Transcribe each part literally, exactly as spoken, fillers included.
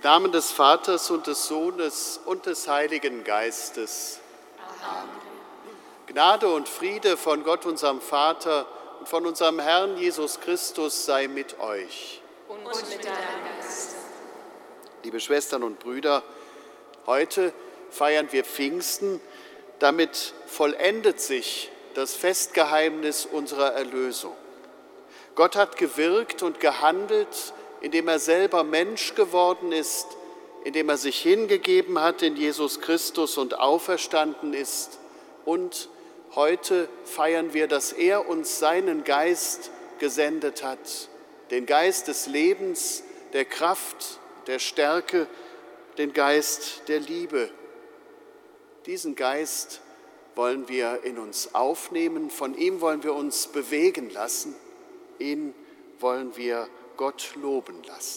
Namen des Vaters und des Sohnes und des Heiligen Geistes. Amen. Gnade und Friede von Gott, unserem Vater, und von unserem Herrn Jesus Christus sei mit euch. Und mit deinem Geist. Liebe Schwestern und Brüder, heute feiern wir Pfingsten, damit vollendet sich das Festgeheimnis unserer Erlösung. Gott hat gewirkt und gehandelt, indem er selber Mensch geworden ist, indem er sich hingegeben hat in Jesus Christus und auferstanden ist. Und heute feiern wir, dass er uns seinen Geist gesendet hat, den Geist des Lebens, der Kraft, der Stärke, den Geist der Liebe. Diesen Geist wollen wir in uns aufnehmen, von ihm wollen wir uns bewegen lassen, ihn wollen wir Gott loben lassen.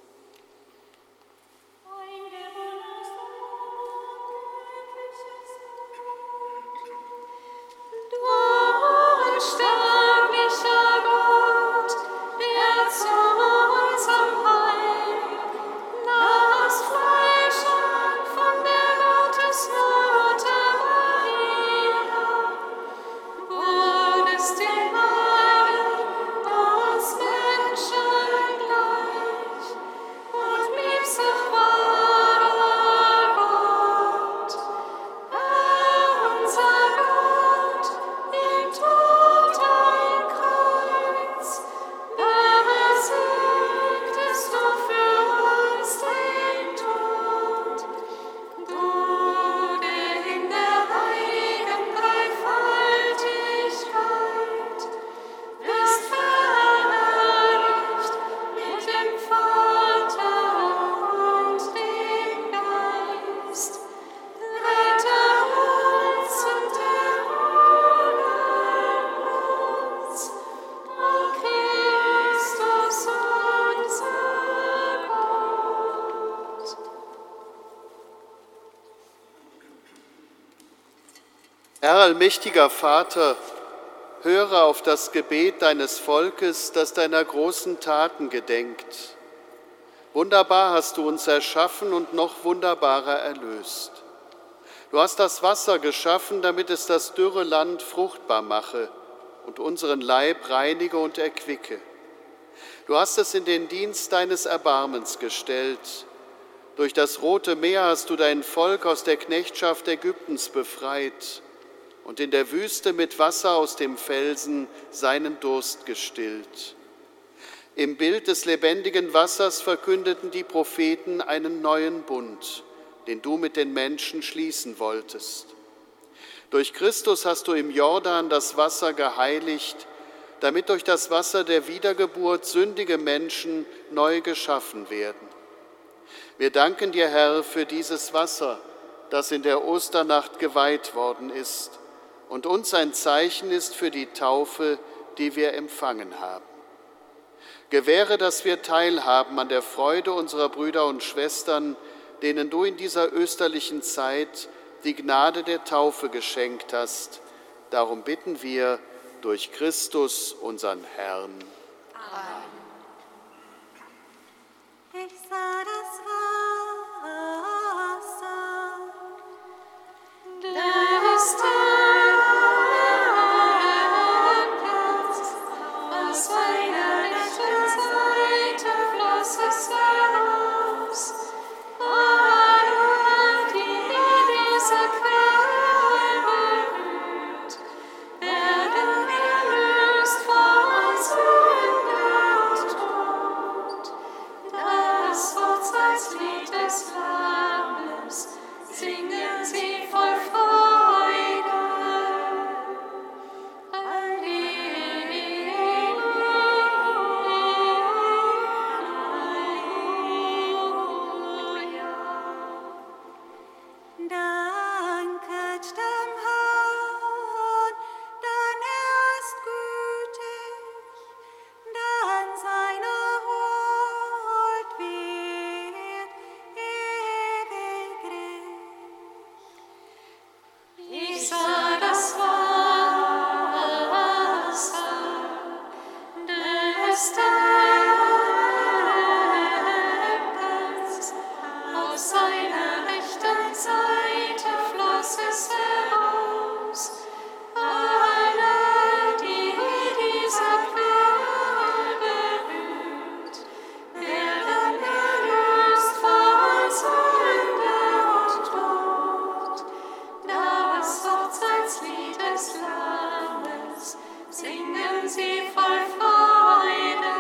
Herr, allmächtiger Vater, höre auf das Gebet deines Volkes, das deiner großen Taten gedenkt. Wunderbar hast du uns erschaffen und noch wunderbarer erlöst. Du hast das Wasser geschaffen, damit es das dürre Land fruchtbar mache und unseren Leib reinige und erquicke. Du hast es in den Dienst deines Erbarmens gestellt. Durch das Rote Meer hast du dein Volk aus der Knechtschaft Ägyptens befreit und in der Wüste mit Wasser aus dem Felsen seinen Durst gestillt. Im Bild des lebendigen Wassers verkündeten die Propheten einen neuen Bund, den du mit den Menschen schließen wolltest. Durch Christus hast du im Jordan das Wasser geheiligt, damit durch das Wasser der Wiedergeburt sündige Menschen neu geschaffen werden. Wir danken dir, Herr, für dieses Wasser, das in der Osternacht geweiht worden ist und uns ein Zeichen ist für die Taufe, die wir empfangen haben. Gewähre, dass wir teilhaben an der Freude unserer Brüder und Schwestern, denen du in dieser österlichen Zeit die Gnade der Taufe geschenkt hast. Darum bitten wir durch Christus, unseren Herrn. Amen. Ich sah das Wasser, das Tempels, aus seiner rechten Seite floss es heraus. Alle, die diese Quelle berührt, werden erlöst von Sünde und Tod. Das Wort des Lammes, singen sie voll Freude.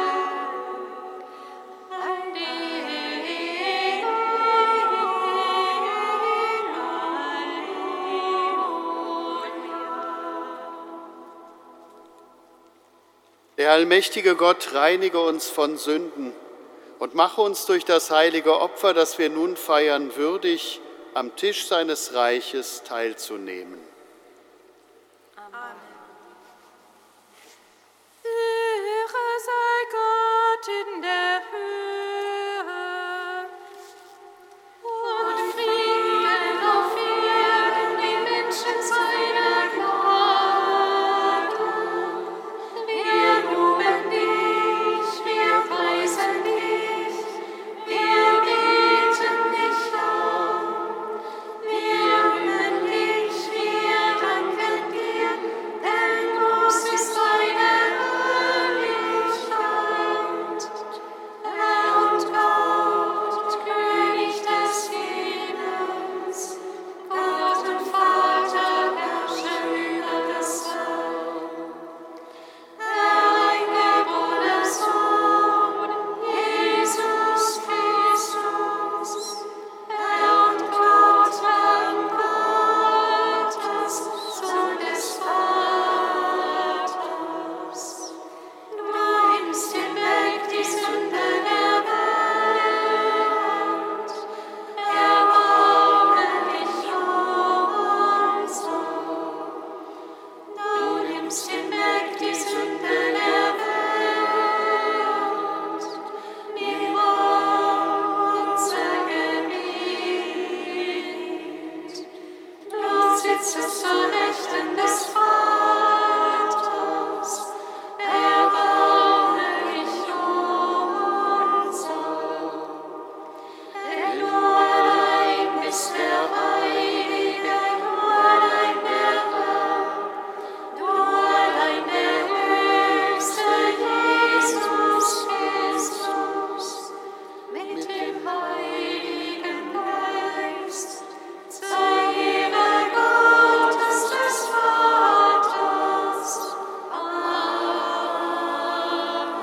Der allmächtige Gott reinige uns von Sünden und mache uns durch das heilige Opfer, das wir nun feiern, würdig, am Tisch seines Reiches teilzunehmen. Amen. Ehre sei Gott in der Höhe Und Frieden auf Erden den Menschen seiner Gnade. Wir loben dich, wir preisen dich, wir beten dich an. Wir rühmen dich, wir danken dir, denn groß ist deine Herrlichkeit. Herr und Gott, König des Himmels, Gott und Vater, Herrscher über das Heil. Herr, eingeborener Sohn, Jesus Christus, Herr und Gott, Lamm Gottes, Sohn des Vaters. Du nimmst hinweg die Sünde der Welt. Erbarme dich unser. Du nimmst hinweg die Sünde der Welt. Nimm unser Gebet. Du sitzest zur Rechten des Vaters. Erbarme dich unser. Denn du allein bist der Heilige, du allein der Herr, du allein der höchste Jesus Christus, mit dem Heiligen Geist, sei Ehre Gottes des Vaters. Amen.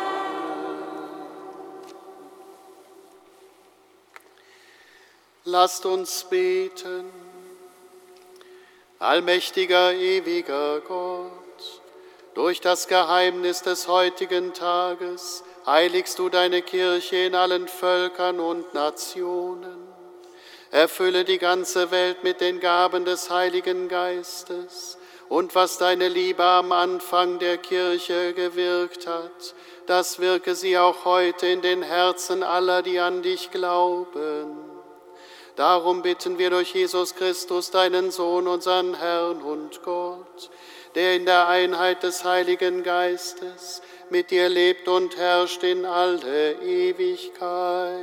Lasst uns beten. Allmächtiger, ewiger Gott, durch das Geheimnis des heutigen Tages heiligst du deine Kirche in allen Völkern und Nationen. Erfülle die ganze Welt mit den Gaben des Heiligen Geistes und was deine Liebe am Anfang der Kirche gewirkt hat, das wirke sie auch heute in den Herzen aller, die an dich glauben. Darum bitten wir durch Jesus Christus, deinen Sohn, unseren Herrn und Gott, der in der Einheit des Heiligen Geistes mit dir lebt und herrscht in alle Ewigkeit.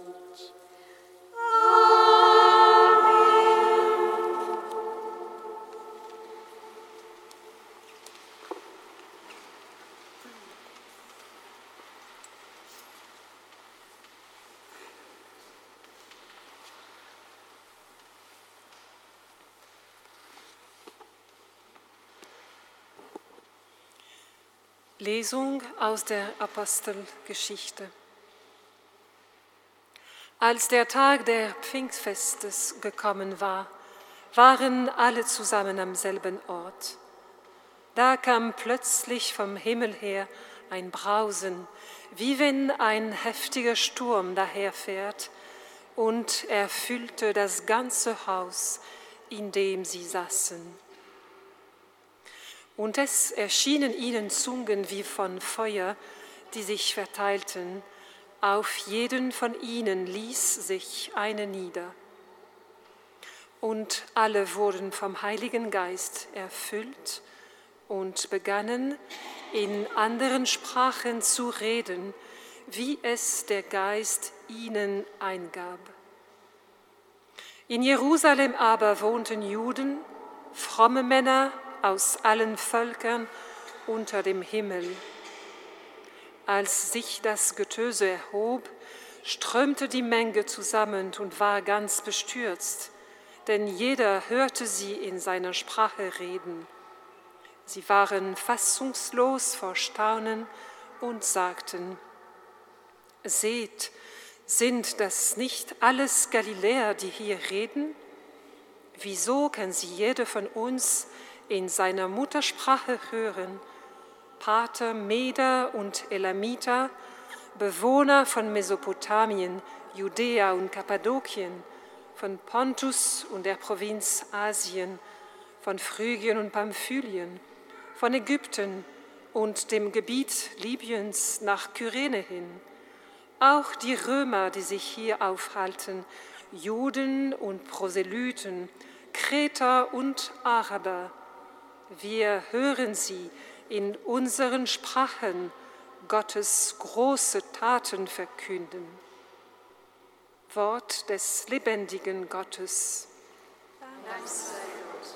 Lesung aus der Apostelgeschichte. Als der Tag der Pfingstfestes gekommen war, waren alle zusammen am selben Ort. Da kam plötzlich vom Himmel her ein Brausen, wie wenn ein heftiger Sturm daherfährt, und erfüllte das ganze Haus, in dem sie saßen. Und es erschienen ihnen Zungen wie von Feuer, die sich verteilten. Auf jeden von ihnen ließ sich eine nieder. Und alle wurden vom Heiligen Geist erfüllt und begannen, in anderen Sprachen zu reden, wie es der Geist ihnen eingab. In Jerusalem aber wohnten Juden, fromme Männer aus allen Völkern unter dem Himmel. Als sich das Getöse erhob, strömte die Menge zusammen und war ganz bestürzt, denn jeder hörte sie in seiner Sprache reden. Sie waren fassungslos vor Staunen und sagten: Seht, sind das nicht alles Galiläer, die hier reden? Wieso kann sie jeder von uns in seiner Muttersprache hören? Parther, Meder und Elamiter, Bewohner von Mesopotamien, Judäa und Kappadokien, von Pontus und der Provinz Asien, von Phrygien und Pamphylien, von Ägypten und dem Gebiet Libyens nach Kyrene hin. Auch die Römer, die sich hier aufhalten, Juden und Proselyten, Kreter und Araber. Wir hören sie in unseren Sprachen Gottes große Taten verkünden. Wort des lebendigen Gottes. Dank sei Gott.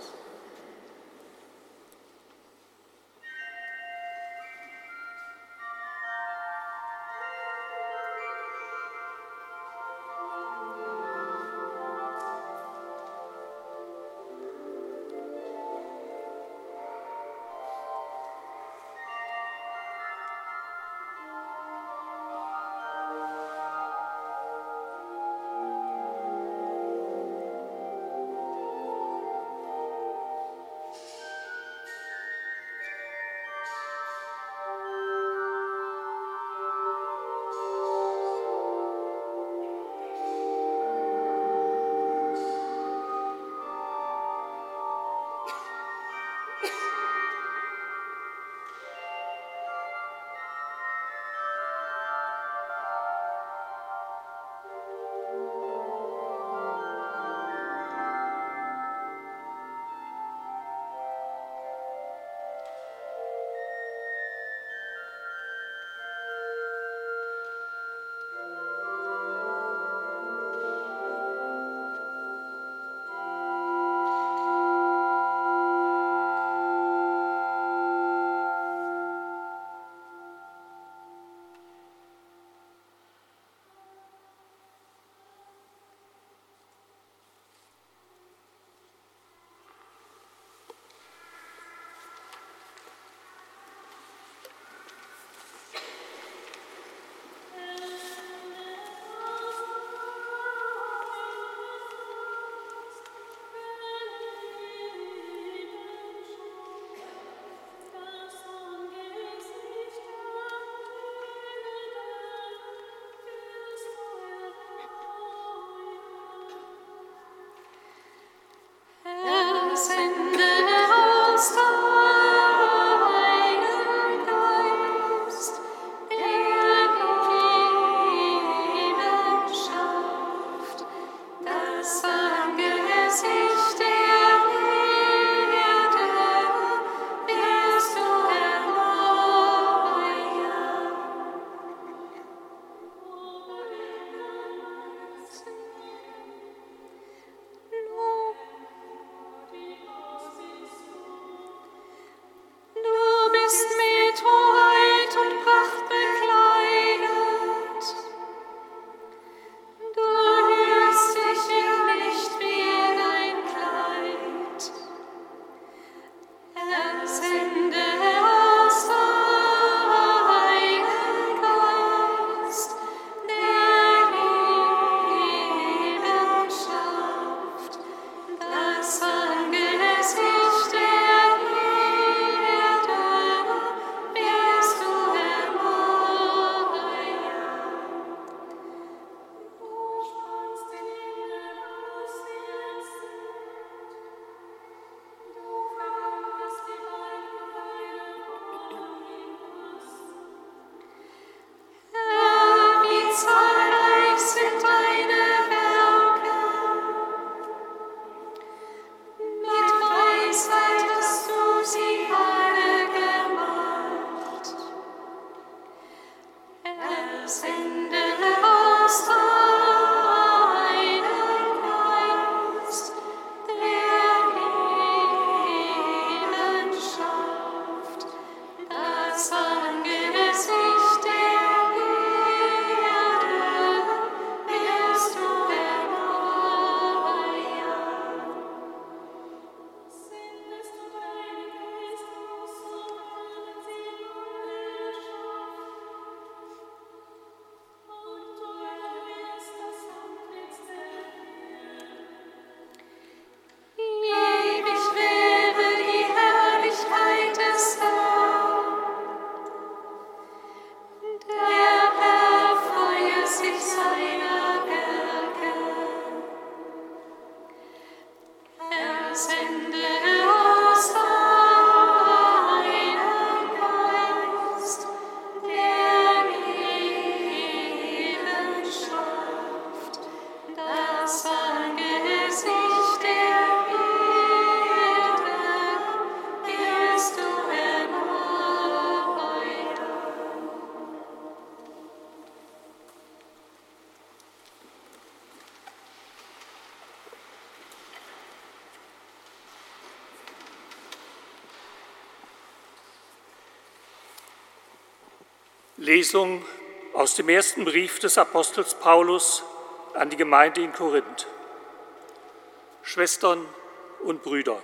Lesung aus dem ersten Brief des Apostels Paulus an die Gemeinde in Korinth. Schwestern und Brüder,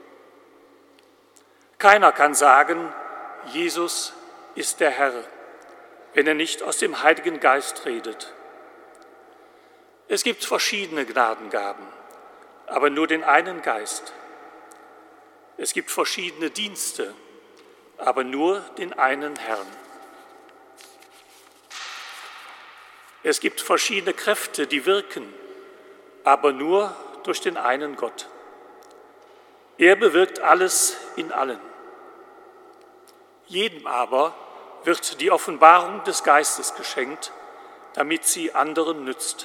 keiner kann sagen, Jesus ist der Herr, wenn er nicht aus dem Heiligen Geist redet. Es gibt verschiedene Gnadengaben, aber nur den einen Geist. Es gibt verschiedene Dienste, aber nur den einen Herrn. Es gibt verschiedene Kräfte, die wirken, aber nur durch den einen Gott. Er bewirkt alles in allen. Jedem aber wird die Offenbarung des Geistes geschenkt, damit sie anderen nützt.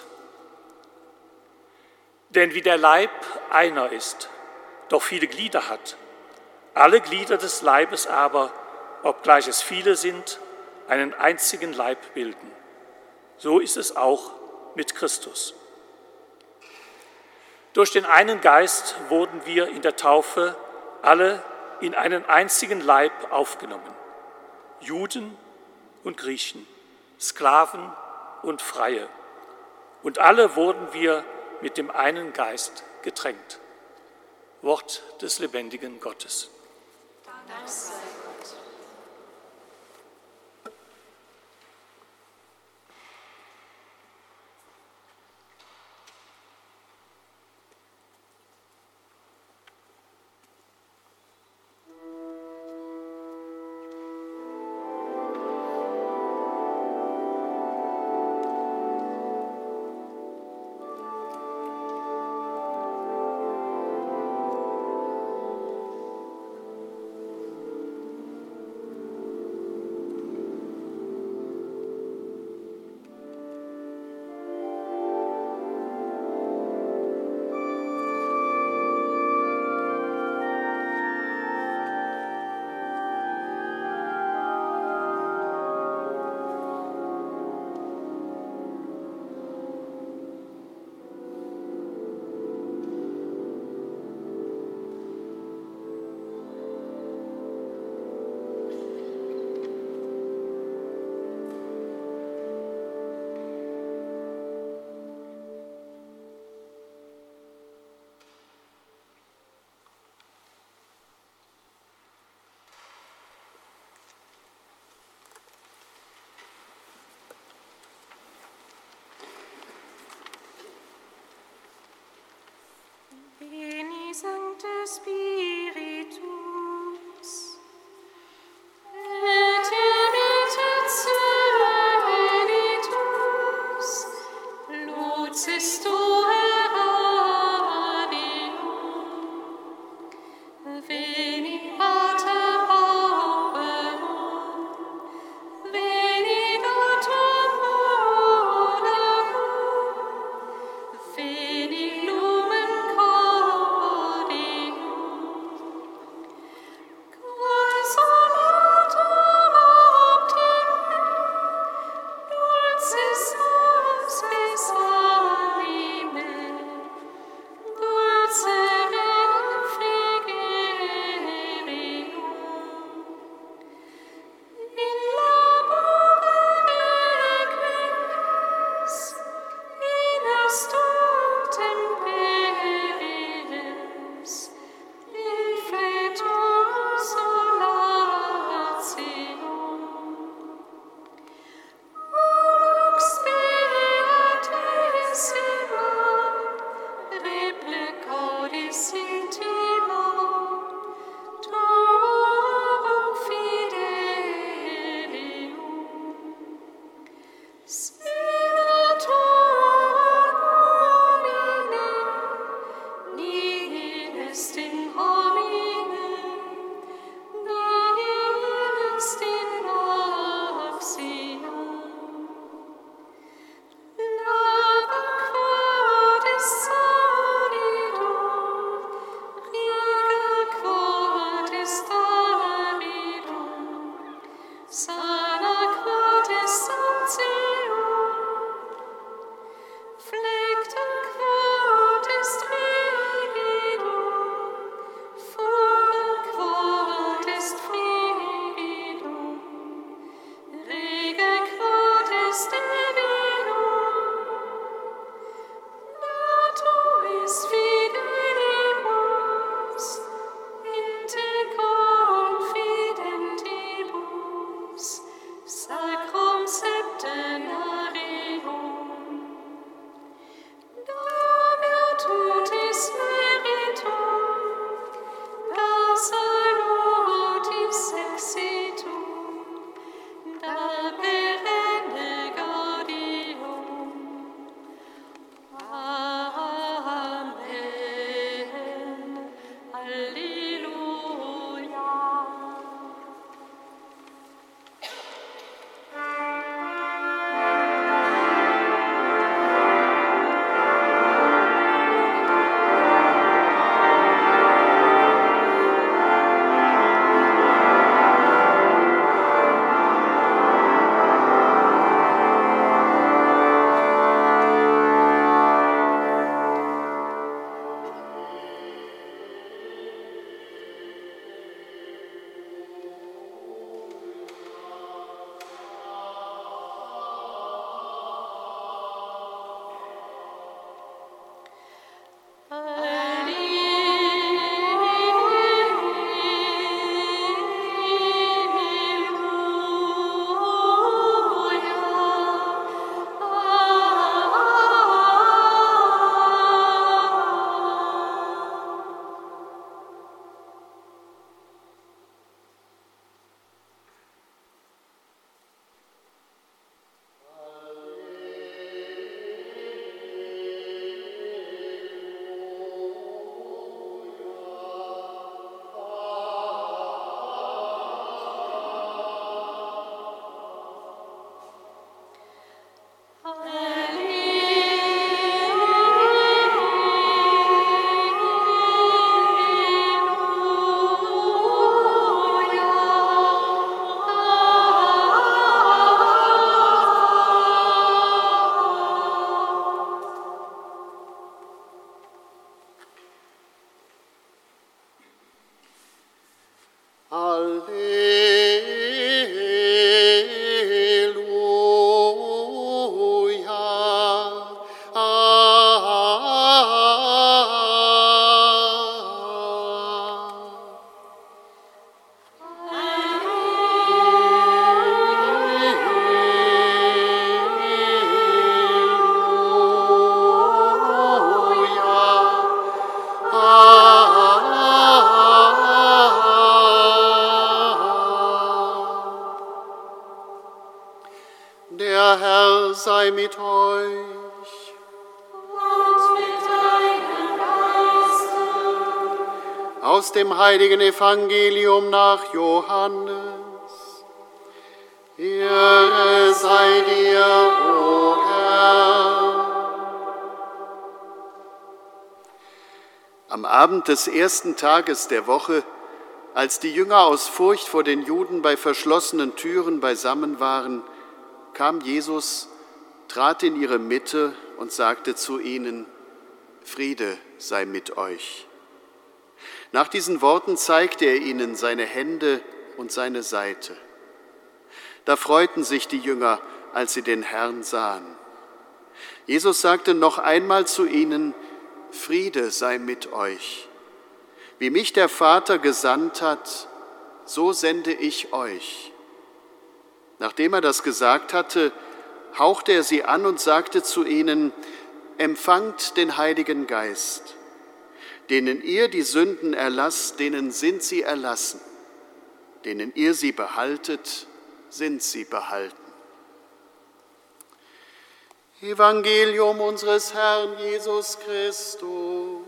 Denn wie der Leib einer ist, doch viele Glieder hat, alle Glieder des Leibes aber, obgleich es viele sind, einen einzigen Leib bilden. So ist es auch mit Christus. Durch den einen Geist wurden wir in der Taufe alle in einen einzigen Leib aufgenommen. Juden und Griechen, Sklaven und Freie. Und alle wurden wir mit dem einen Geist getränkt. Wort des lebendigen Gottes. Dank sei Gott. Veni Sancte Spiritus, et imitet Servitus, lucis Tuae adium, veni Pater Pauperum, veni Datum Monarum, veni Lumen Cordium, consolatum optime, dulcis hospes anime, dulce refrigerant. Der Herr sei mit euch. Und mit deinem Geiste. Aus dem heiligen Evangelium nach Johannes. Ehre sei dir, o Herr. Am Abend des ersten Tages der Woche, als die Jünger aus Furcht vor den Juden bei verschlossenen Türen beisammen waren, kam Jesus, trat in ihre Mitte und sagte zu ihnen: Friede sei mit euch. Nach diesen Worten zeigte er ihnen seine Hände und seine Seite. Da freuten sich die Jünger, als sie den Herrn sahen. Jesus sagte noch einmal zu ihnen: Friede sei mit euch. Wie mich der Vater gesandt hat, so sende ich euch. Nachdem er das gesagt hatte, hauchte er sie an und sagte zu ihnen: Empfangt den Heiligen Geist. Denen ihr die Sünden erlasst, denen sind sie erlassen. Denen ihr sie behaltet, sind sie behalten. Evangelium unseres Herrn Jesus Christus.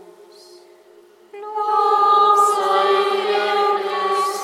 Lob sei dir, Christus.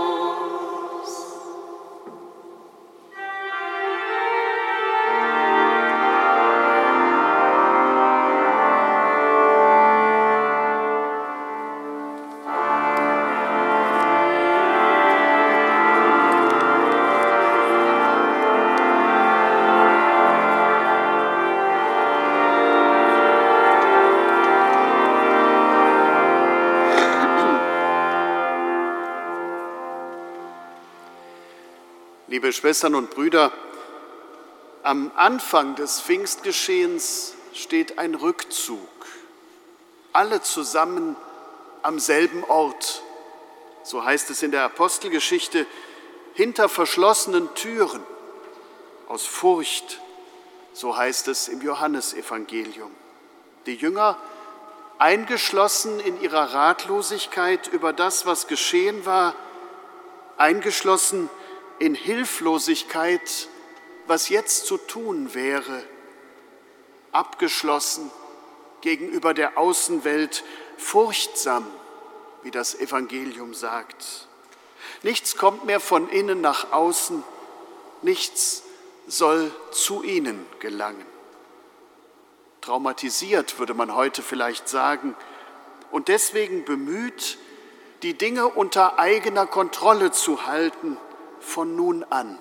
Liebe Schwestern und Brüder, am Anfang des Pfingstgeschehens steht ein Rückzug. Alle zusammen am selben Ort. So heißt es in der Apostelgeschichte, hinter verschlossenen Türen, aus Furcht. So heißt es im Johannesevangelium. Die Jünger, eingeschlossen in ihrer Ratlosigkeit über das, was geschehen war, eingeschlossen in Hilflosigkeit, was jetzt zu tun wäre, abgeschlossen gegenüber der Außenwelt, furchtsam, wie das Evangelium sagt. Nichts kommt mehr von innen nach außen, nichts soll zu ihnen gelangen. Traumatisiert, würde man heute vielleicht sagen, und deswegen bemüht, die Dinge unter eigener Kontrolle zu halten, von nun an.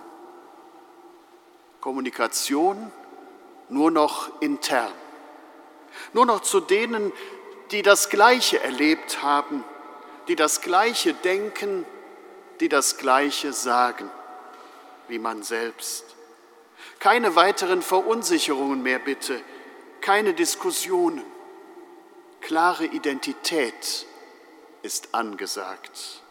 Kommunikation nur noch intern. Nur noch zu denen, die das Gleiche erlebt haben, die das Gleiche denken, die das Gleiche sagen, wie man selbst. Keine weiteren Verunsicherungen mehr bitte, keine Diskussionen. Klare Identität ist angesagt.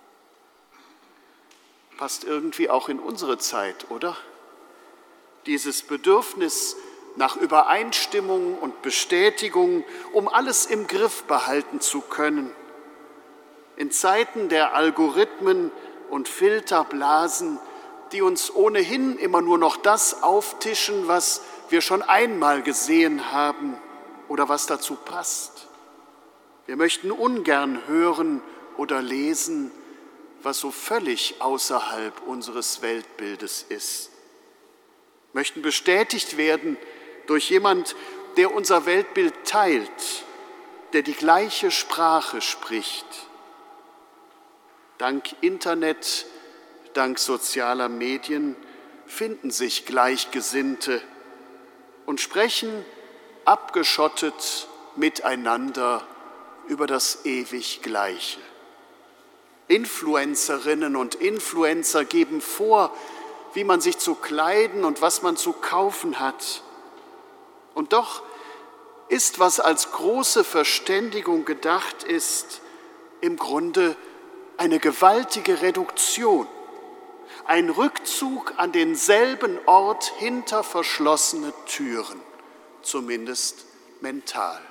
Passt irgendwie auch in unsere Zeit, oder? Dieses Bedürfnis nach Übereinstimmung und Bestätigung, um alles im Griff behalten zu können. In Zeiten der Algorithmen und Filterblasen, die uns ohnehin immer nur noch das auftischen, was wir schon einmal gesehen haben oder was dazu passt. Wir möchten ungern hören oder lesen, was so völlig außerhalb unseres Weltbildes ist. Möchten bestätigt werden durch jemand, der unser Weltbild teilt, der die gleiche Sprache spricht. Dank Internet, dank sozialer Medien finden sich Gleichgesinnte und sprechen abgeschottet miteinander über das ewig Gleiche. Influencerinnen und Influencer geben vor, wie man sich zu kleiden und was man zu kaufen hat. Und doch ist, was als große Verständigung gedacht ist, im Grunde eine gewaltige Reduktion, ein Rückzug an denselben Ort hinter verschlossene Türen, zumindest mental.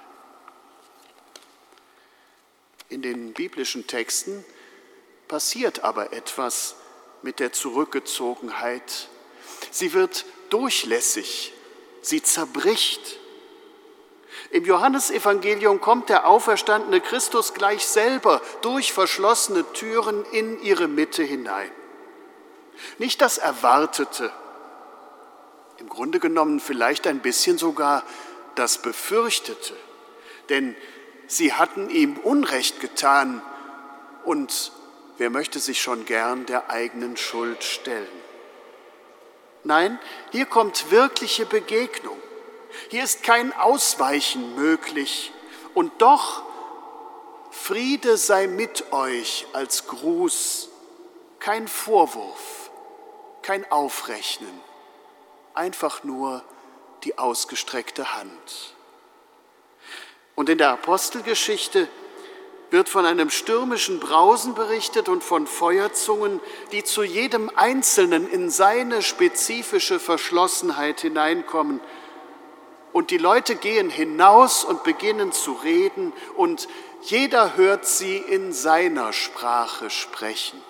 In den biblischen Texten passiert aber etwas mit der Zurückgezogenheit. Sie wird durchlässig, sie zerbricht. Im Johannesevangelium kommt der auferstandene Christus gleich selber durch verschlossene Türen in ihre Mitte hinein. Nicht das Erwartete, im Grunde genommen vielleicht ein bisschen sogar das Befürchtete, denn sie hatten ihm Unrecht getan und wer möchte sich schon gern der eigenen Schuld stellen? Nein, hier kommt wirkliche Begegnung. Hier ist kein Ausweichen möglich. Und doch, Friede sei mit euch als Gruß, kein Vorwurf, kein Aufrechnen, einfach nur die ausgestreckte Hand. Und in der Apostelgeschichte wird von einem stürmischen Brausen berichtet und von Feuerzungen, die zu jedem Einzelnen in seine spezifische Verschlossenheit hineinkommen. Und die Leute gehen hinaus und beginnen zu reden und jeder hört sie in seiner Sprache sprechen.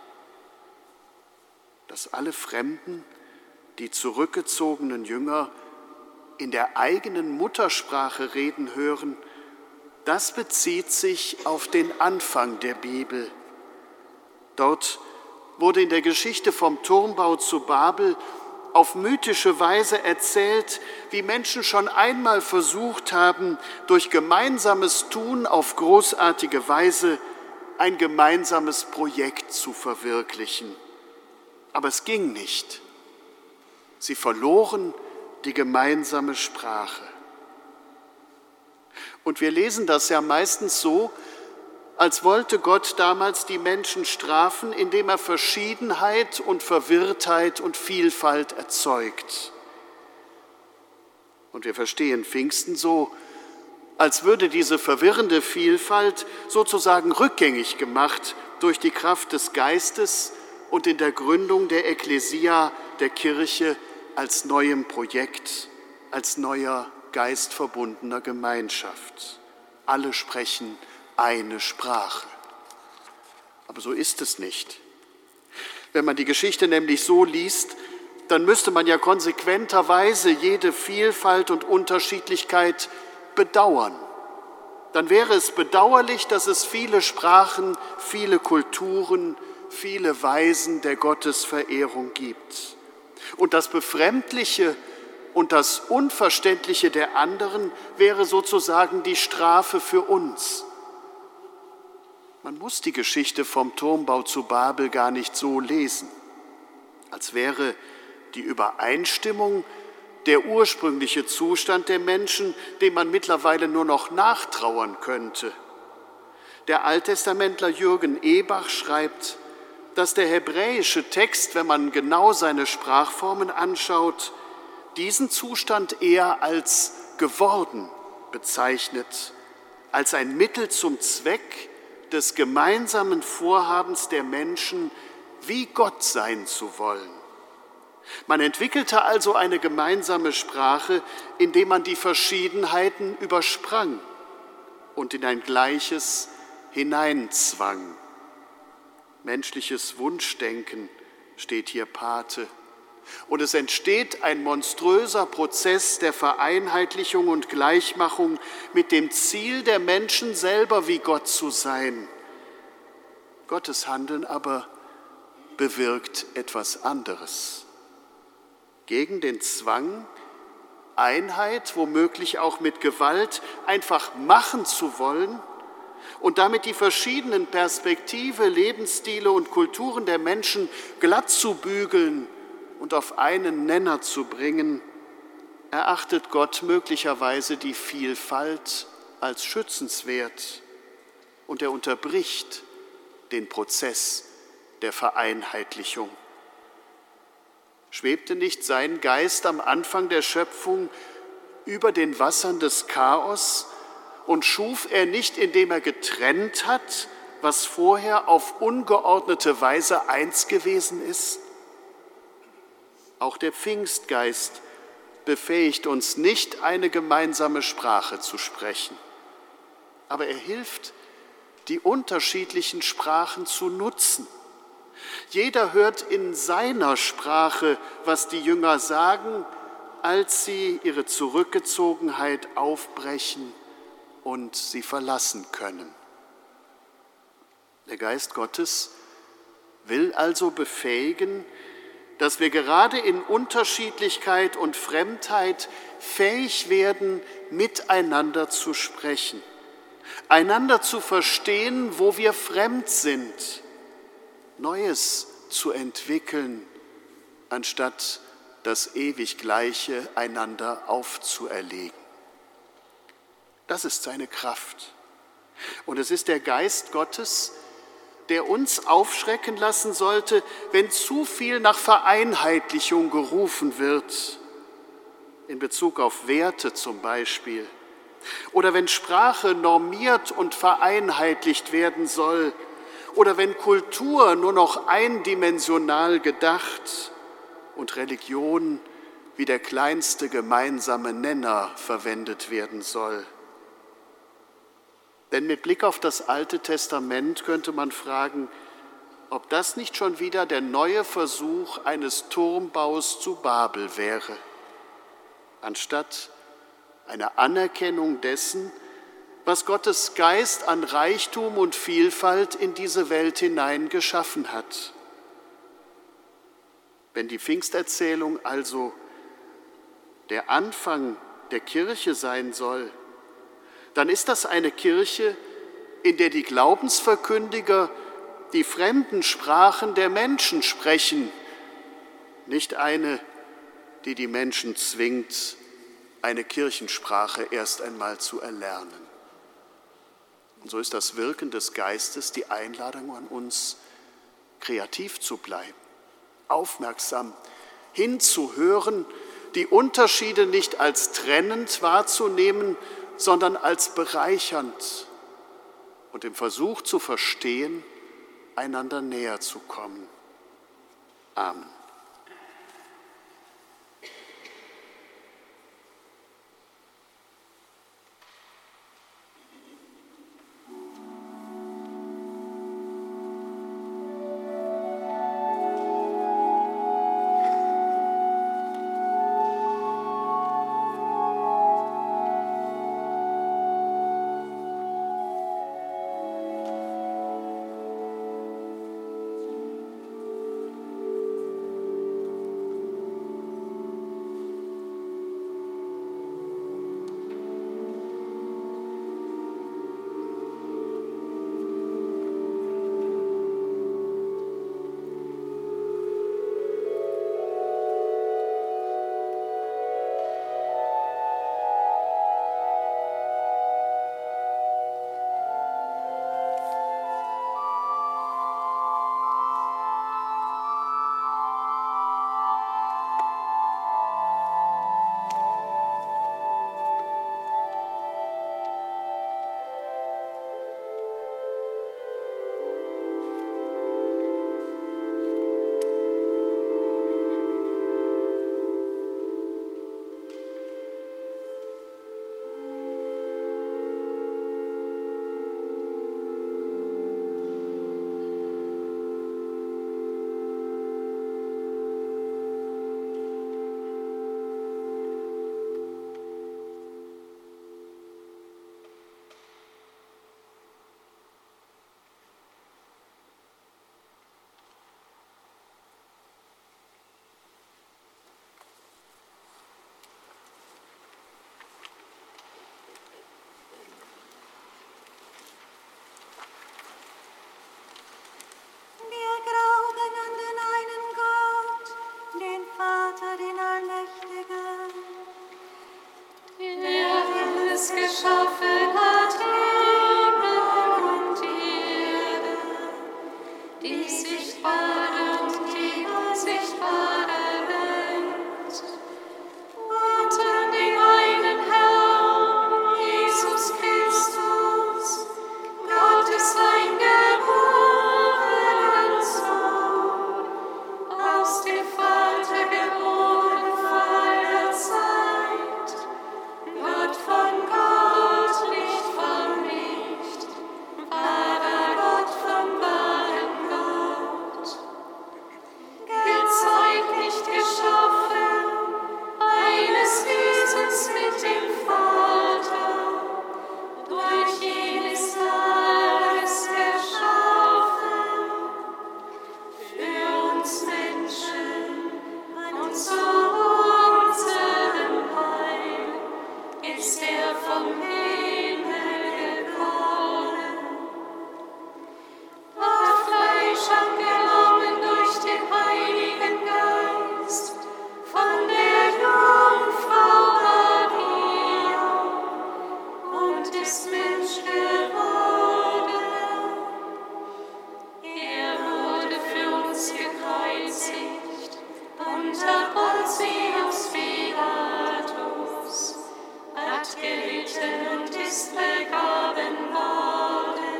Dass alle Fremden, die zurückgezogenen Jünger, in der eigenen Muttersprache reden hören, das bezieht sich auf den Anfang der Bibel. Dort wurde in der Geschichte vom Turmbau zu Babel auf mythische Weise erzählt, wie Menschen schon einmal versucht haben, durch gemeinsames Tun auf großartige Weise ein gemeinsames Projekt zu verwirklichen. Aber es ging nicht. Sie verloren die gemeinsame Sprache. Und wir lesen das ja meistens so, als wollte Gott damals die Menschen strafen, indem er Verschiedenheit und Verwirrtheit und Vielfalt erzeugt. Und wir verstehen Pfingsten so, als würde diese verwirrende Vielfalt sozusagen rückgängig gemacht durch die Kraft des Geistes und in der Gründung der Ekklesia, der Kirche, als neuem Projekt, als neuer geistverbundener Gemeinschaft. Alle sprechen eine Sprache. Aber so ist es nicht. Wenn man die Geschichte nämlich so liest, dann müsste man ja konsequenterweise jede Vielfalt und Unterschiedlichkeit bedauern. Dann wäre es bedauerlich, dass es viele Sprachen, viele Kulturen, viele Weisen der Gottesverehrung gibt. Und das Befremdliche und das Unverständliche der anderen wäre sozusagen die Strafe für uns. Man muss die Geschichte vom Turmbau zu Babel gar nicht so lesen, als wäre die Übereinstimmung der ursprüngliche Zustand der Menschen, dem man mittlerweile nur noch nachtrauern könnte. Der Alttestamentler Jürgen Ebach schreibt, dass der hebräische Text, wenn man genau seine Sprachformen anschaut, diesen Zustand eher als geworden bezeichnet, als ein Mittel zum Zweck des gemeinsamen Vorhabens der Menschen, wie Gott sein zu wollen. Man entwickelte also eine gemeinsame Sprache, indem man die Verschiedenheiten übersprang und in ein Gleiches hineinzwang. Menschliches Wunschdenken steht hier Pate. Und es entsteht ein monströser Prozess der Vereinheitlichung und Gleichmachung mit dem Ziel, der Menschen selber wie Gott zu sein. Gottes Handeln aber bewirkt etwas anderes. Gegen den Zwang, Einheit, womöglich auch mit Gewalt, einfach machen zu wollen und damit die verschiedenen Perspektive, Lebensstile und Kulturen der Menschen glatt zu bügeln und auf einen Nenner zu bringen, erachtet Gott möglicherweise die Vielfalt als schützenswert und er unterbricht den Prozess der Vereinheitlichung. Schwebte nicht sein Geist am Anfang der Schöpfung über den Wassern des Chaos und schuf er nicht, indem er getrennt hat, was vorher auf ungeordnete Weise eins gewesen ist? Auch der Pfingstgeist befähigt uns nicht, eine gemeinsame Sprache zu sprechen. Aber er hilft, die unterschiedlichen Sprachen zu nutzen. Jeder hört in seiner Sprache, was die Jünger sagen, als sie ihre Zurückgezogenheit aufbrechen und sie verlassen können. Der Geist Gottes will also befähigen, dass wir gerade in Unterschiedlichkeit und Fremdheit fähig werden, miteinander zu sprechen, einander zu verstehen, wo wir fremd sind, Neues zu entwickeln, anstatt das ewig Gleiche einander aufzuerlegen. Das ist seine Kraft. Und es ist der Geist Gottes, der uns aufschrecken lassen sollte, wenn zu viel nach Vereinheitlichung gerufen wird, in Bezug auf Werte zum Beispiel, oder wenn Sprache normiert und vereinheitlicht werden soll, oder wenn Kultur nur noch eindimensional gedacht und Religion wie der kleinste gemeinsame Nenner verwendet werden soll. Denn mit Blick auf das Alte Testament könnte man fragen, ob das nicht schon wieder der neue Versuch eines Turmbaus zu Babel wäre, anstatt einer Anerkennung dessen, was Gottes Geist an Reichtum und Vielfalt in diese Welt hinein geschaffen hat. Wenn die Pfingsterzählung also der Anfang der Kirche sein soll, dann ist das eine Kirche, in der die Glaubensverkündiger die fremden Sprachen der Menschen sprechen, nicht eine, die die Menschen zwingt, eine Kirchensprache erst einmal zu erlernen. Und so ist das Wirken des Geistes die Einladung an uns, kreativ zu bleiben, aufmerksam hinzuhören, die Unterschiede nicht als trennend wahrzunehmen, sondern als bereichernd und im Versuch zu verstehen, einander näher zu kommen. Amen. sichtbare und die unsichtbare Welt. Und an den einen Herrn, Jesus Christus, Gottes eingeborenen Sohn, aus dem Vater geboren vor aller Zeit, Gott von Gott, Licht von Licht, wahrer Gott vom wahren Gott, gezeugt, nicht geschaffen, eines Wesens mit dem Vater, durch ihn ist alles geschaffen, für uns Menschen und zu unserem Heil ist er vom Himmel gekommen, hat Fleisch angenommen durch den Heiligen Geist, von der Jungfrau Maria, und ist Mensch geworden. Er wurde für uns gekreuzigt unter Pontius Pilatus, hat gelitten und ist begraben worden.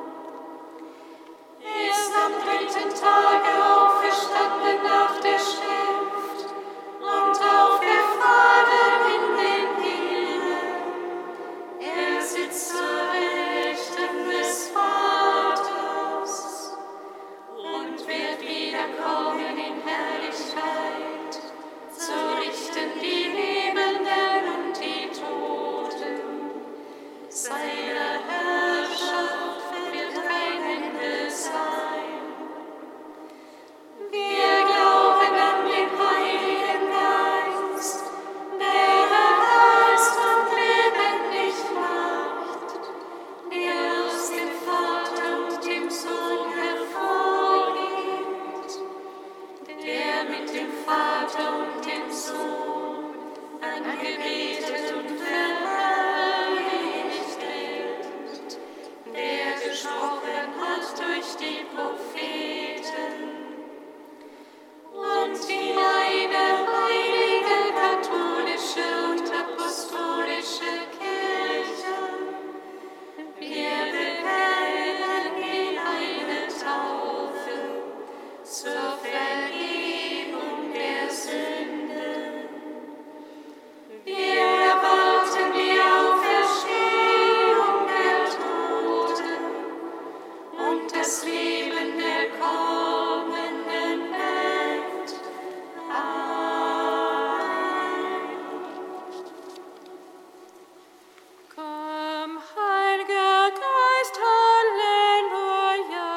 Er ist am dritten Tage auferstanden nach der Schrift und aufgefahren in den Himmel. Er sitzt zur Rechten des Vaters und wird wiederkommen in Herrlichkeit, zu richten die Lebenden und die Toten. Seine Herrschaft wird kein Ende sein. Wir glauben an den Heiligen Geist, der erweist und lebendig macht, der aus dem Vater und dem Sohn hervorgeht, der mit dem Vater und dem Sohn angebetet und verherrlicht wird, der gesprochen hat durch die Propheten, und die eine heilige, katholische und apostolische Kirche. Wir bekennen in eine Taufe zur Vergebung der Sünden. Wir erwarten die Auferstehung der Toten und das Leben der kommenden Welt. Amen. Komm, Heiliger Geist, Halleluja,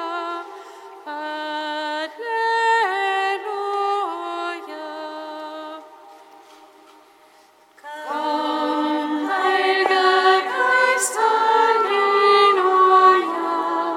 Halleluja. Komm, Heiliger Geist, Halleluja,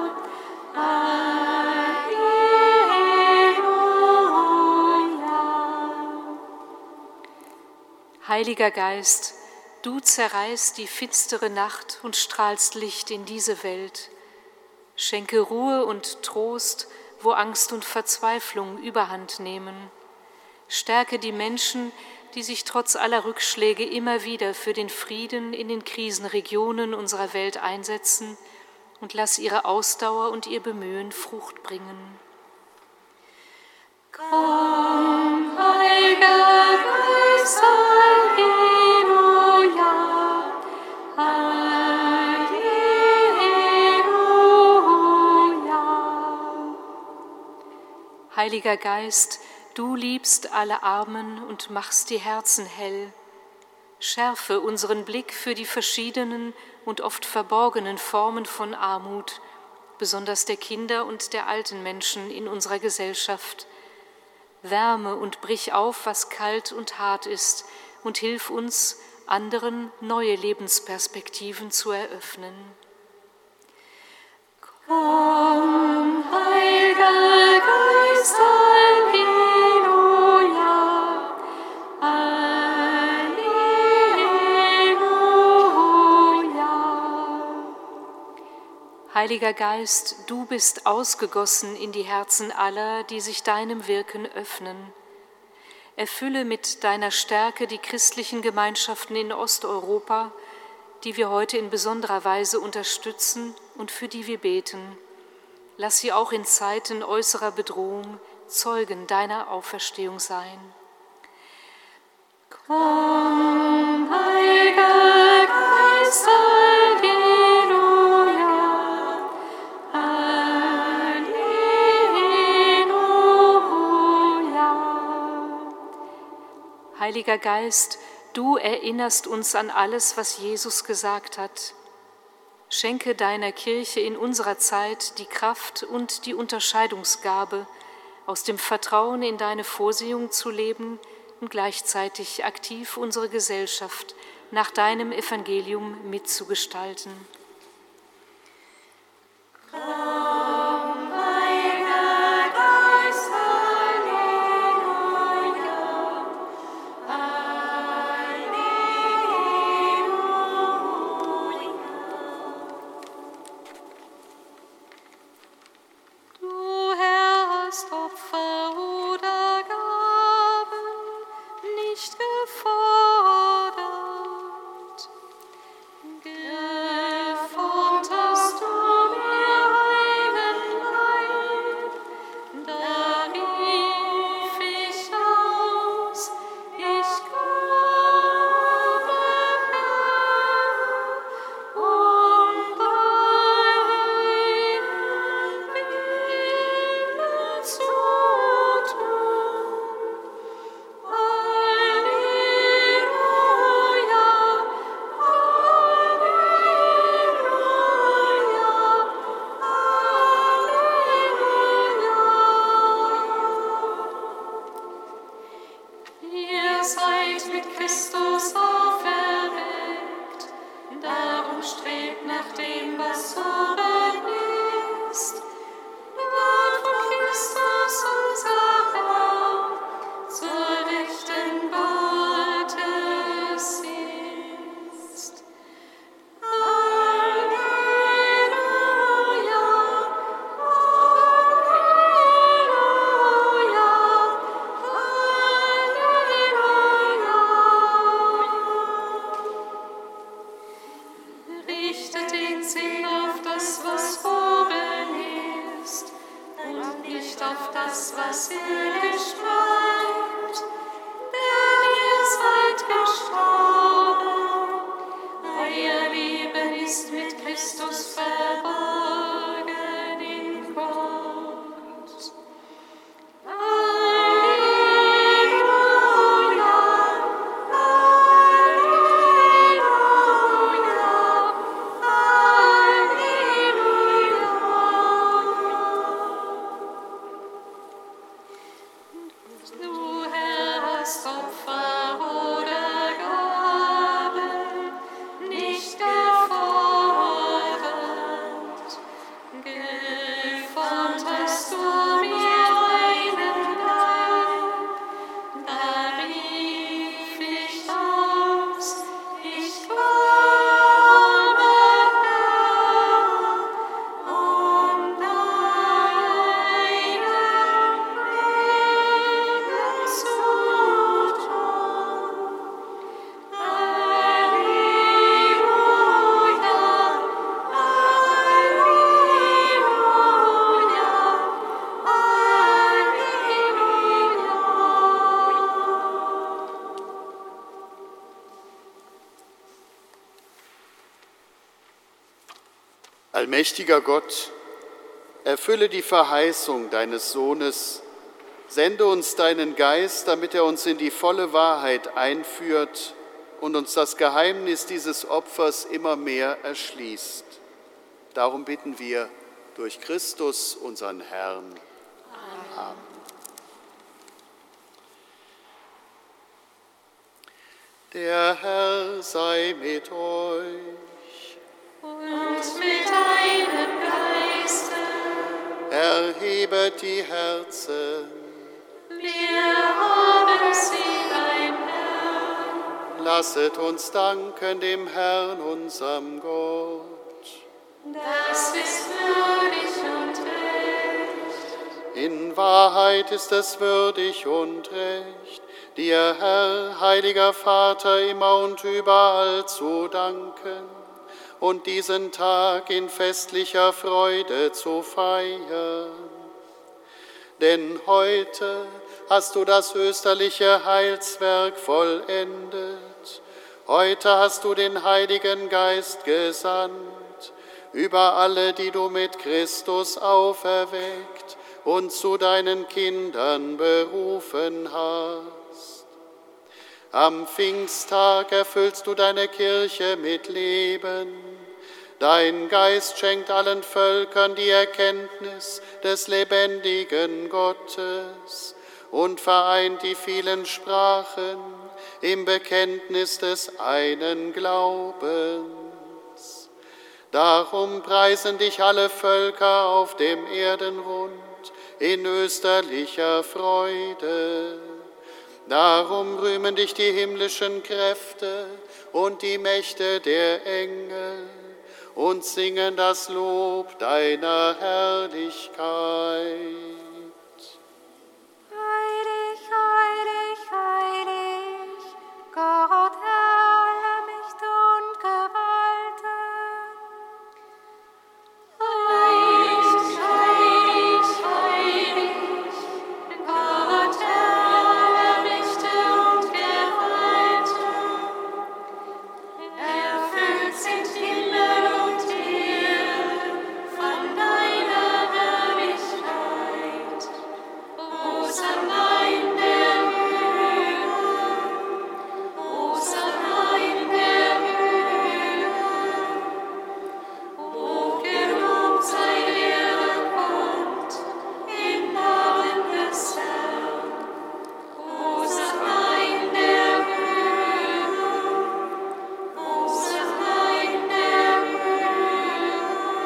Halleluja. Heiliger Geist, du zerreißt die finstere Nacht und strahlst Licht in diese Welt. Schenke Ruhe und Trost, wo Angst und Verzweiflung überhand nehmen. Stärke die Menschen, die sich trotz aller Rückschläge immer wieder für den Frieden in den Krisenregionen unserer Welt einsetzen, und lass ihre Ausdauer und ihr Bemühen Frucht bringen. Komm, Heiliger Geist, Halleluja, Halleluja. Heiliger Geist, du liebst alle Armen und machst die Herzen hell. Schärfe unseren Blick für die verschiedenen und oft verborgenen Formen von Armut, besonders der Kinder und der alten Menschen in unserer Gesellschaft. Wärme und brich auf, was kalt und hart ist, und hilf uns, anderen neue Lebensperspektiven zu eröffnen. Komm, Heiliger Geist, Halleluja, Halleluja. Heiliger Geist, du bist ausgegossen in die Herzen aller, die sich deinem Wirken öffnen. Erfülle mit deiner Stärke die christlichen Gemeinschaften in Osteuropa, die wir heute in besonderer Weise unterstützen und für die wir beten. Lass sie auch in Zeiten äußerer Bedrohung Zeugen deiner Auferstehung sein. Komm, Heiliger Geist, Halleluja, Halleluja. Heiliger Geist, du erinnerst uns an alles, was Jesus gesagt hat. Schenke deiner Kirche in unserer Zeit die Kraft und die Unterscheidungsgabe, aus dem Vertrauen in deine Vorsehung zu leben und gleichzeitig aktiv unsere Gesellschaft nach deinem Evangelium mitzugestalten. Allmächtiger Gott, erfülle die Verheißung deines Sohnes, sende uns deinen Geist, damit er uns in die volle Wahrheit einführt und uns das Geheimnis dieses Opfers immer mehr erschließt. Darum bitten wir durch Christus, unseren Herrn. Amen. Amen. Der Herr sei mit euch. Und mit deinem Geiste. Erhebet die Herzen. Wir haben sie beim Herrn. Lasset uns danken dem Herrn, unserem Gott. Das ist würdig und recht. In Wahrheit ist es würdig und recht, dir, Herr, heiliger Vater, immer und überall zu danken und diesen Tag in festlicher Freude zu feiern. Denn heute hast du das österliche Heilswerk vollendet. Heute hast du den Heiligen Geist gesandt über alle, die du mit Christus auferweckt und zu deinen Kindern berufen hast. Am Pfingsttag erfüllst du deine Kirche mit Leben. Dein Geist schenkt allen Völkern die Erkenntnis des lebendigen Gottes und vereint die vielen Sprachen im Bekenntnis des einen Glaubens. Darum preisen dich alle Völker auf dem Erdenrund in österlicher Freude. Darum rühmen dich die himmlischen Kräfte und die Mächte der Engel und singen das Lob deiner Herrlichkeit. Heilig, heilig, heilig, Gott, Herr aller Mächte und Gewalten. Heilig, heilig, heilig, Gott, Herr aller Mächte und Gewalten. Erfüllt sind Himmel und Erde von deiner Herrlichkeit. Hosanna in der Höhe, Hosanna in der Höhe. O gelobt sei der, der kommt, im Namen des Herrn. Hosanna in der Höhe, Hosanna in der Höhe.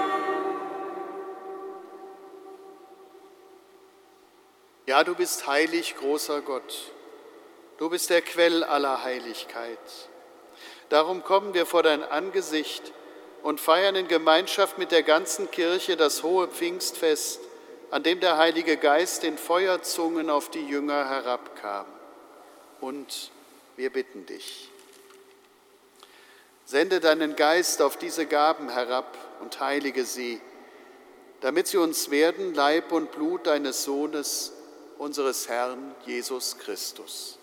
Ja, du bist heilig, großer Gott. Du bist der Quell aller Heiligkeit. Darum kommen wir vor dein Angesicht und feiern in Gemeinschaft mit der ganzen Kirche das hohe Pfingstfest, an dem der Heilige Geist in Feuerzungen auf die Jünger herabkam. Und wir bitten dich, sende deinen Geist auf diese Gaben herab und heilige sie, damit sie uns werden Leib und Blut deines Sohnes, unseres Herrn Jesus Christus.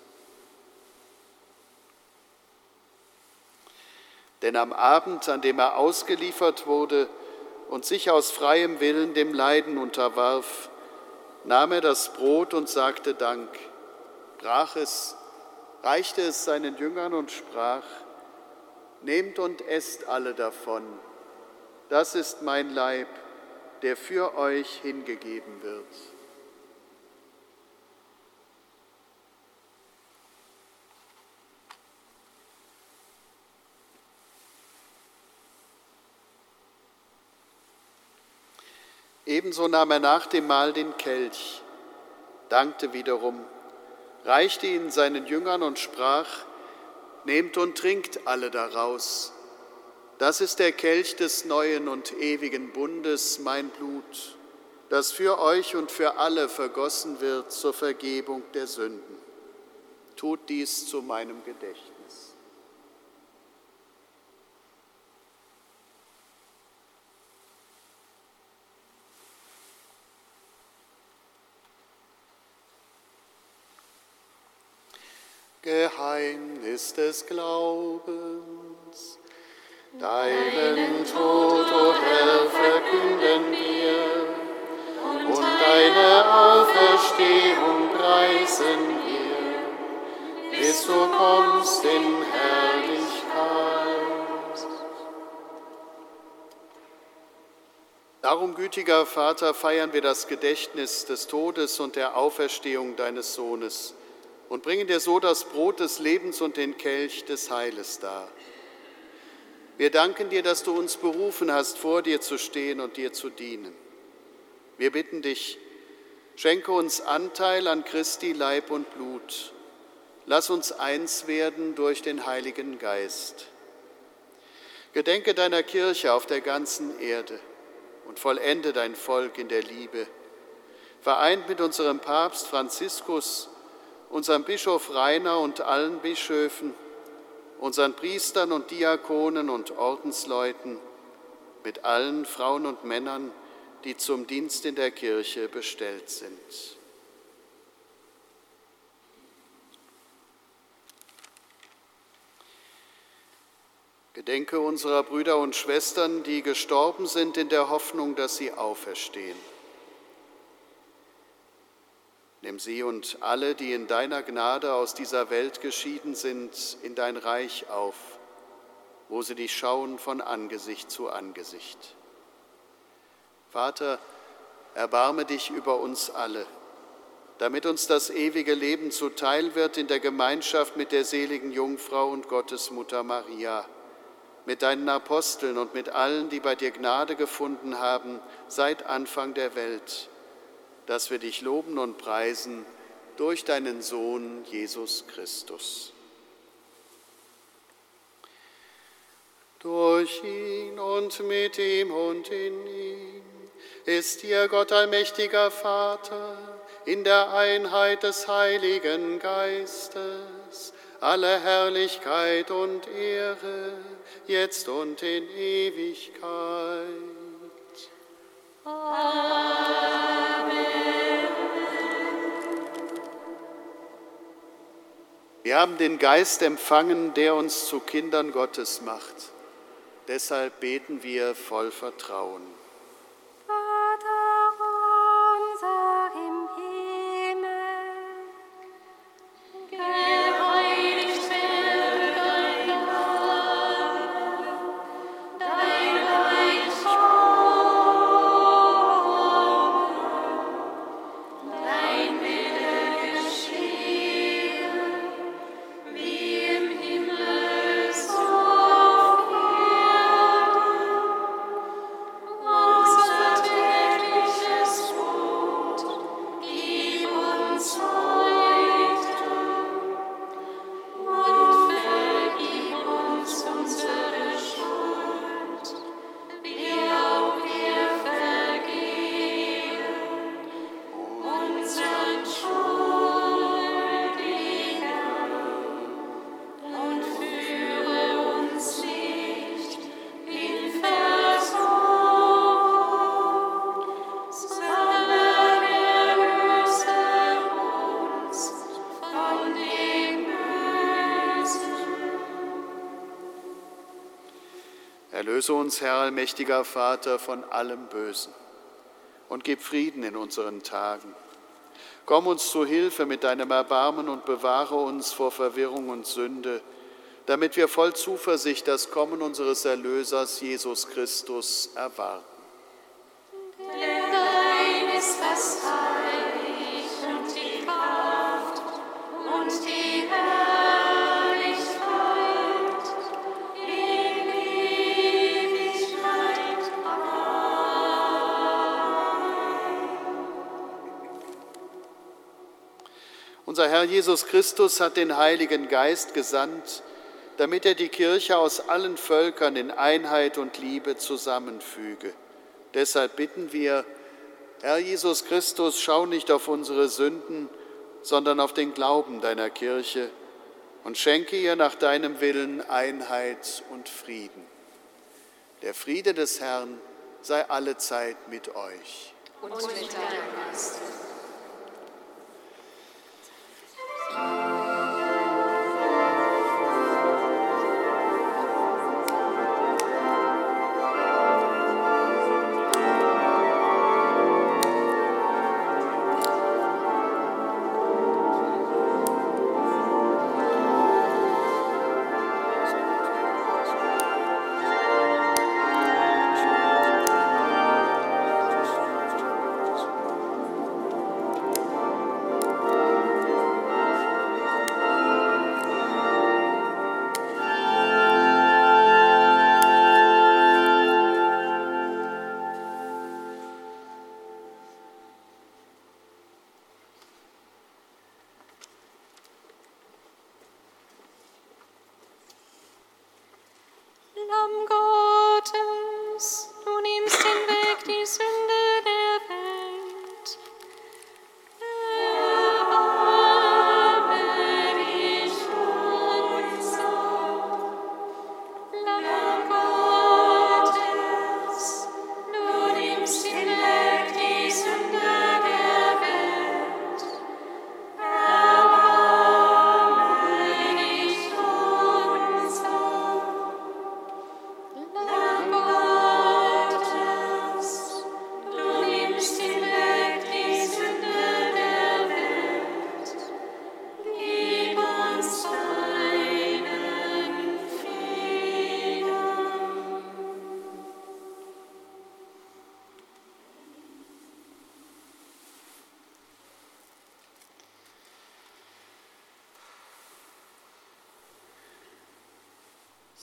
Denn am Abend, an dem er ausgeliefert wurde und sich aus freiem Willen dem Leiden unterwarf, nahm er das Brot und sagte Dank, brach es, reichte es seinen Jüngern und sprach: Nehmt und esst alle davon, das ist mein Leib, der für euch hingegeben wird. Ebenso nahm er nach dem Mahl den Kelch, dankte wiederum, reichte ihn seinen Jüngern und sprach: Nehmt und trinkt alle daraus. Das ist der Kelch des neuen und ewigen Bundes, mein Blut, das für euch und für alle vergossen wird zur Vergebung der Sünden. Tut dies zu meinem Gedächtnis. Geheimnis des Glaubens. Deinen Tod, o Herr, verkünden wir, und deine Auferstehung preisen wir, bis du kommst in Herrlichkeit. Darum, gütiger Vater, feiern wir das Gedächtnis des Todes und der Auferstehung deines Sohnes und bringen dir so das Brot des Lebens und den Kelch des Heiles dar. Wir danken dir, dass du uns berufen hast, vor dir zu stehen und dir zu dienen. Wir bitten dich, schenke uns Anteil an Christi Leib und Blut. Lass uns eins werden durch den Heiligen Geist. Gedenke deiner Kirche auf der ganzen Erde und vollende dein Volk in der Liebe. Vereint mit unserem Papst Franziskus, unserem Bischof Rainer und allen Bischöfen, unseren Priestern und Diakonen und Ordensleuten, mit allen Frauen und Männern, die zum Dienst in der Kirche bestellt sind. Gedenke unserer Brüder und Schwestern, die gestorben sind in der Hoffnung, dass sie auferstehen. Nimm sie und alle, die in deiner Gnade aus dieser Welt geschieden sind, in dein Reich auf, wo sie dich schauen von Angesicht zu Angesicht. Vater, erbarme dich über uns alle, damit uns das ewige Leben zuteil wird in der Gemeinschaft mit der seligen Jungfrau und Gottesmutter Maria, mit deinen Aposteln und mit allen, die bei dir Gnade gefunden haben seit Anfang der Welt, dass wir dich loben und preisen durch deinen Sohn Jesus Christus. Durch ihn und mit ihm und in ihm ist dir Gott allmächtiger Vater in der Einheit des Heiligen Geistes alle Herrlichkeit und Ehre, jetzt und in Ewigkeit. Amen. Wir haben den Geist empfangen, der uns zu Kindern Gottes macht. Deshalb beten wir voll Vertrauen. Vater unser im Himmel, geheiligt werde dein Name, dein Reich komme, dein Wille geschehe, wie im Himmel so auf Erden. Unser tägliches Brot gib uns heute und vergib uns unsere Schuld, wie auch wir vergeben unseren Schuldigen. Und führe uns nicht in Versuchung, sondern erlöse uns von dem Bösen. Erlöse uns, Herr allmächtiger Vater, von allem Bösen und gib Frieden in unseren Tagen. Komm uns zu Hilfe mit deinem Erbarmen und bewahre uns vor Verwirrung und Sünde, damit wir voll Zuversicht das Kommen unseres Erlösers Jesus Christus erwarten. Denn dein ist das Reich und die Kraft und die Herrlichkeit in Ewigkeit. Amen. Unser Herr Jesus Christus hat den Heiligen Geist gesandt, damit er die Kirche aus allen Völkern in Einheit und Liebe zusammenfüge. Deshalb bitten wir, Herr Jesus Christus, schau nicht auf unsere Sünden, sondern auf den Glauben deiner Kirche und schenke ihr nach deinem Willen Einheit und Frieden. Der Friede des Herrn sei allezeit mit euch. Und mit deinem Geist.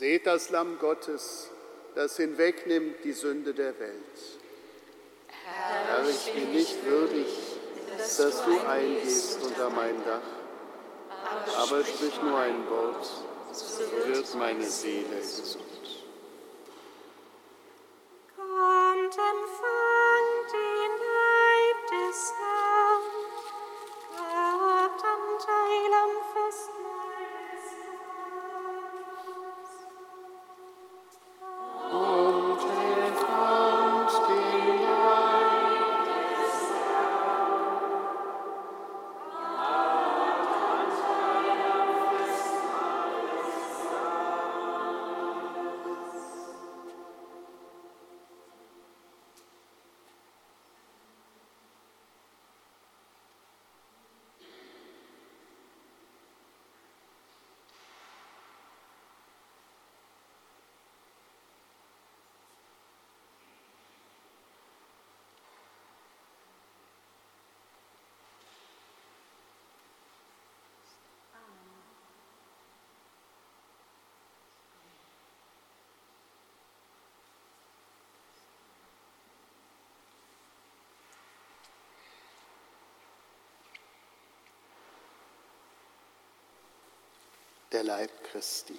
Seht das Lamm Gottes, das hinwegnimmt die Sünde der Welt. Herr, ich bin nicht würdig, dass du eingehst unter mein Dach, aber sprich nur ein Wort, so wird meine Seele gesund. Kommt, empfangt den Leib des Herrn, habt Anteil am Festmahl des Herrn. Und empfangt den Leib des Herrn, habt Anteil am Festmahl des Der Leib Christi.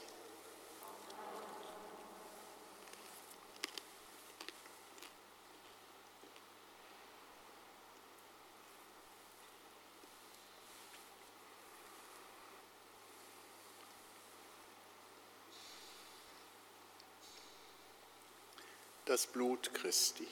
Das Blut Christi.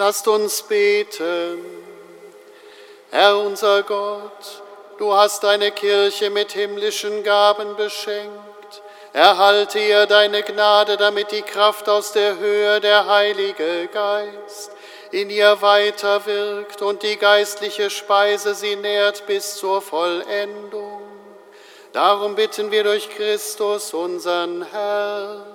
Lasst uns beten. Herr unser Gott, du hast deine Kirche mit himmlischen Gaben beschenkt. Erhalte ihr deine Gnade, damit die Kraft aus der Höhe, der Heilige Geist, in ihr weiterwirkt und die geistliche Speise sie nährt bis zur Vollendung. Darum bitten wir durch Christus, unseren Herrn.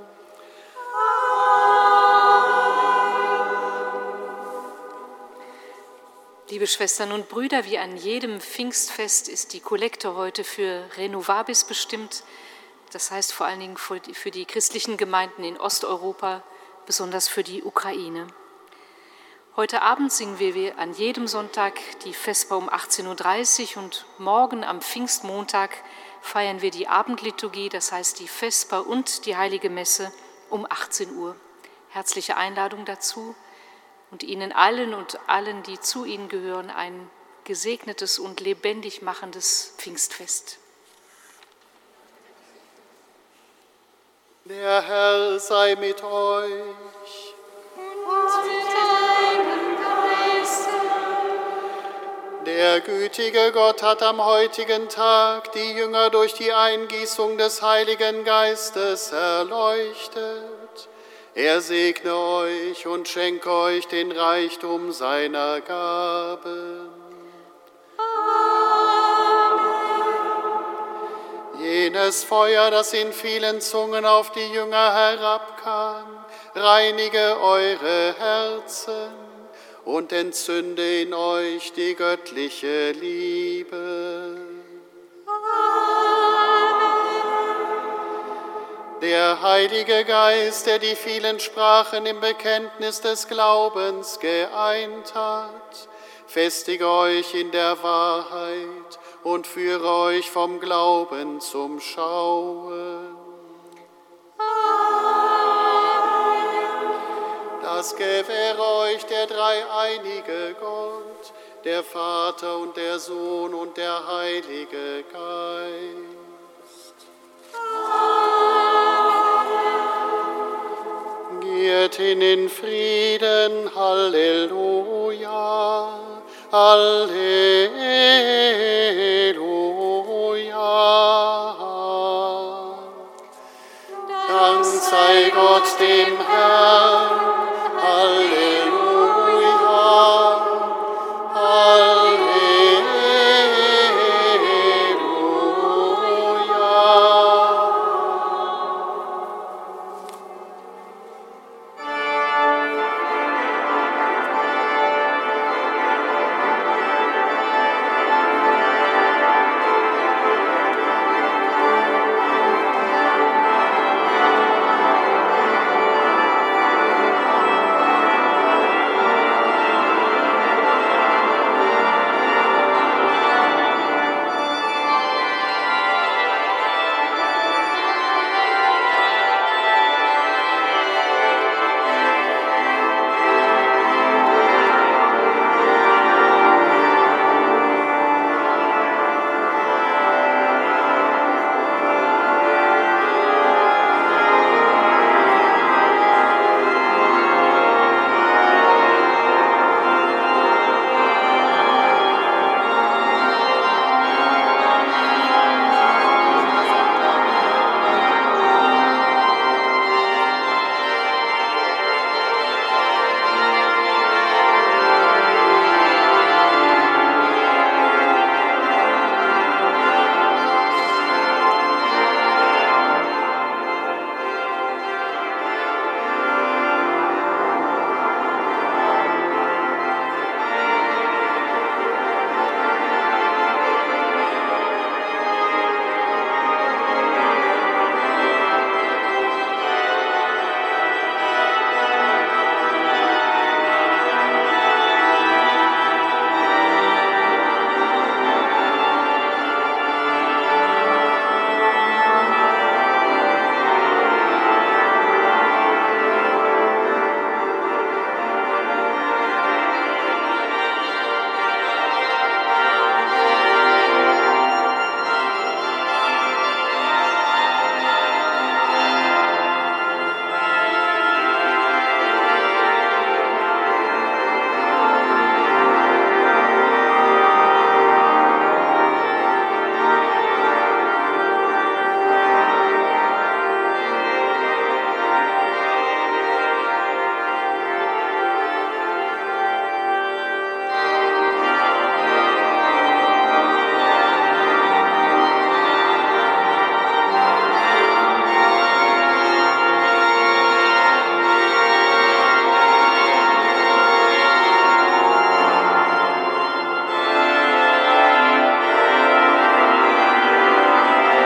Liebe Schwestern und Brüder, wie an jedem Pfingstfest ist die Kollekte heute für Renovabis bestimmt. Das heißt vor allen Dingen für die christlichen Gemeinden in Osteuropa, besonders für die Ukraine. Heute Abend singen wir an jedem Sonntag die Vesper um achtzehn Uhr dreißig und morgen am Pfingstmontag feiern wir die Abendliturgie, das heißt die Vesper und die Heilige Messe um achtzehn Uhr. Herzliche Einladung dazu und Ihnen allen und allen, die zu Ihnen gehören, ein gesegnetes und lebendig machendes Pfingstfest. Der Herr sei mit euch. Und mit deinem Geiste. Der gütige Gott hat am heutigen Tag die Jünger durch die Eingießung des Heiligen Geistes erleuchtet. Er segne euch und schenke euch den Reichtum seiner Gaben. Jenes Feuer, das in vielen Zungen auf die Jünger herabkam, reinige eure Herzen und entzünde in euch die göttliche Liebe. Der Heilige Geist, der die vielen Sprachen im Bekenntnis des Glaubens geeint hat, festige euch in der Wahrheit und führe euch vom Glauben zum Schauen. Das gewähre euch der dreieinige Gott, der Vater und der Sohn und der Heilige Geist. Geht hin in Frieden, Halleluja, Halleluja.